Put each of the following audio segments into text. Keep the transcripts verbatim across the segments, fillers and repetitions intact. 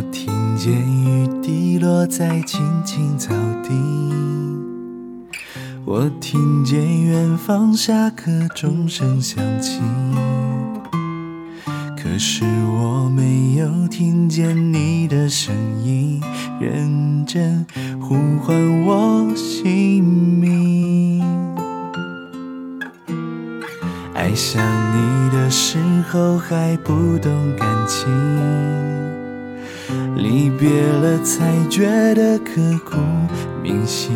我听见雨滴落在青青草地，我听见远方下课钟声响起，可是我没有听见你的声音，认真呼唤我姓名。爱上你的时候还不懂感情，离别了才觉得刻骨铭心。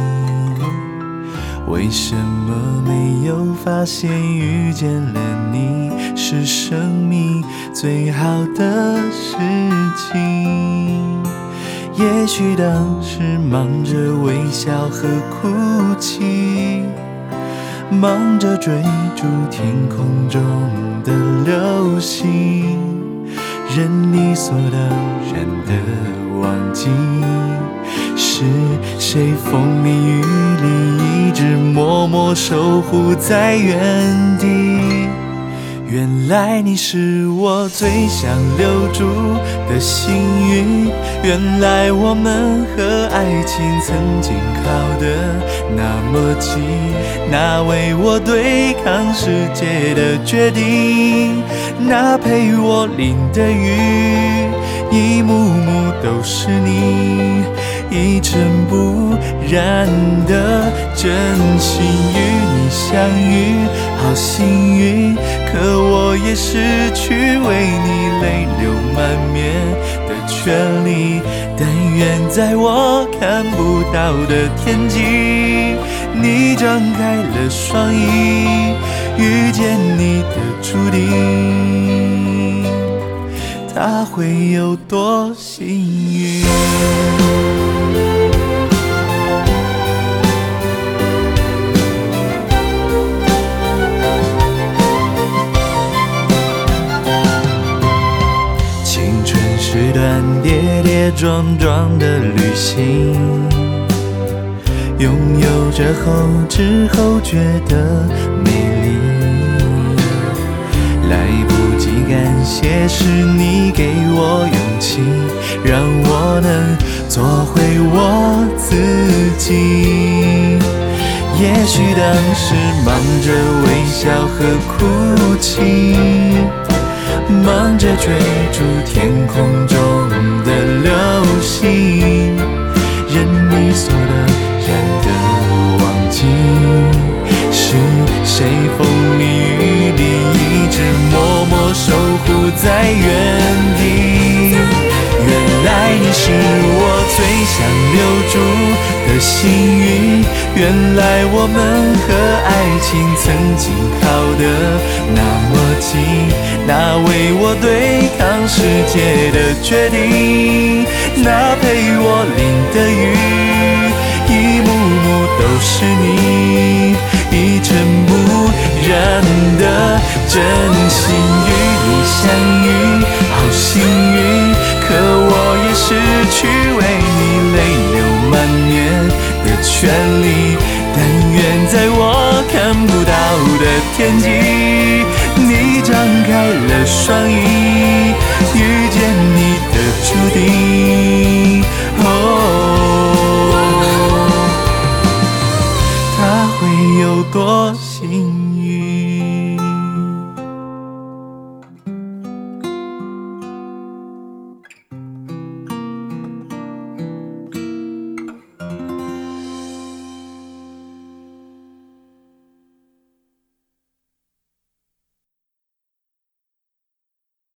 为什么没有发现遇见了你是生命最好的事情？也许当时忙着微笑和哭泣，忙着追逐天空中的流星，人理所当然的忘记，是谁风里雨里一直默默守护在原地。原来你是我最想留住的幸运，原来我们和爱情曾经靠得那么近，那为我对抗世界的决定，那陪我淋的雨，一幕幕都是你，一尘不染的真心与你相遇，好幸运，可我也失去为你泪流满面的权利。但愿在我看不到的天际，你张开了双翼，遇见你的注定，它会有多幸运？是段跌跌撞撞的旅行，拥有着后知后觉的美丽，来不及感谢是你给我勇气，让我能做回我自己。也许当时忙着微笑和哭泣，忙着追逐天空中的流星，人理所当然的忘记，是谁风里雨里一直默默守护在原地。原来你是我最想留住的幸运，原来我们和爱情曾经靠得那么近，那为我对抗世界的决定，那陪我淋的雨，一幕幕都是你，一尘不染的真心与你相遇，好幸运，可我也失去为你泪流满面的权利。但愿在我看不到的天际，你张开了双翼，遇见你的注定，哦，它会有多幸运？